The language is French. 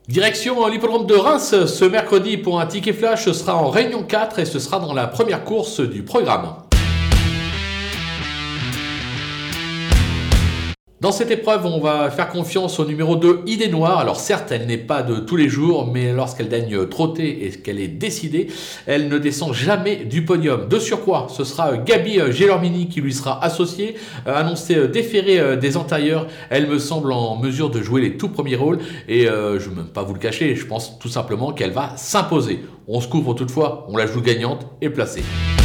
Direction l'hippodrome de Reims ce mercredi pour un ticket flash, ce sera en Réunion 4 et ce sera dans la première course du programme. Dans cette épreuve, on va faire confiance au numéro 2, Idée Noire. Alors certes, elle n'est pas de tous les jours, mais lorsqu'elle daigne trotter et qu'elle est décidée, elle ne descend jamais du podium. De surcroît, ce sera Gabi Gelormini qui lui sera associée, annoncée déférée des antérieurs. Elle me semble en mesure de jouer les tout premiers rôles et je ne vais même pas vous le cacher, je pense tout simplement qu'elle va s'imposer. On se couvre toutefois, on la joue gagnante et placée.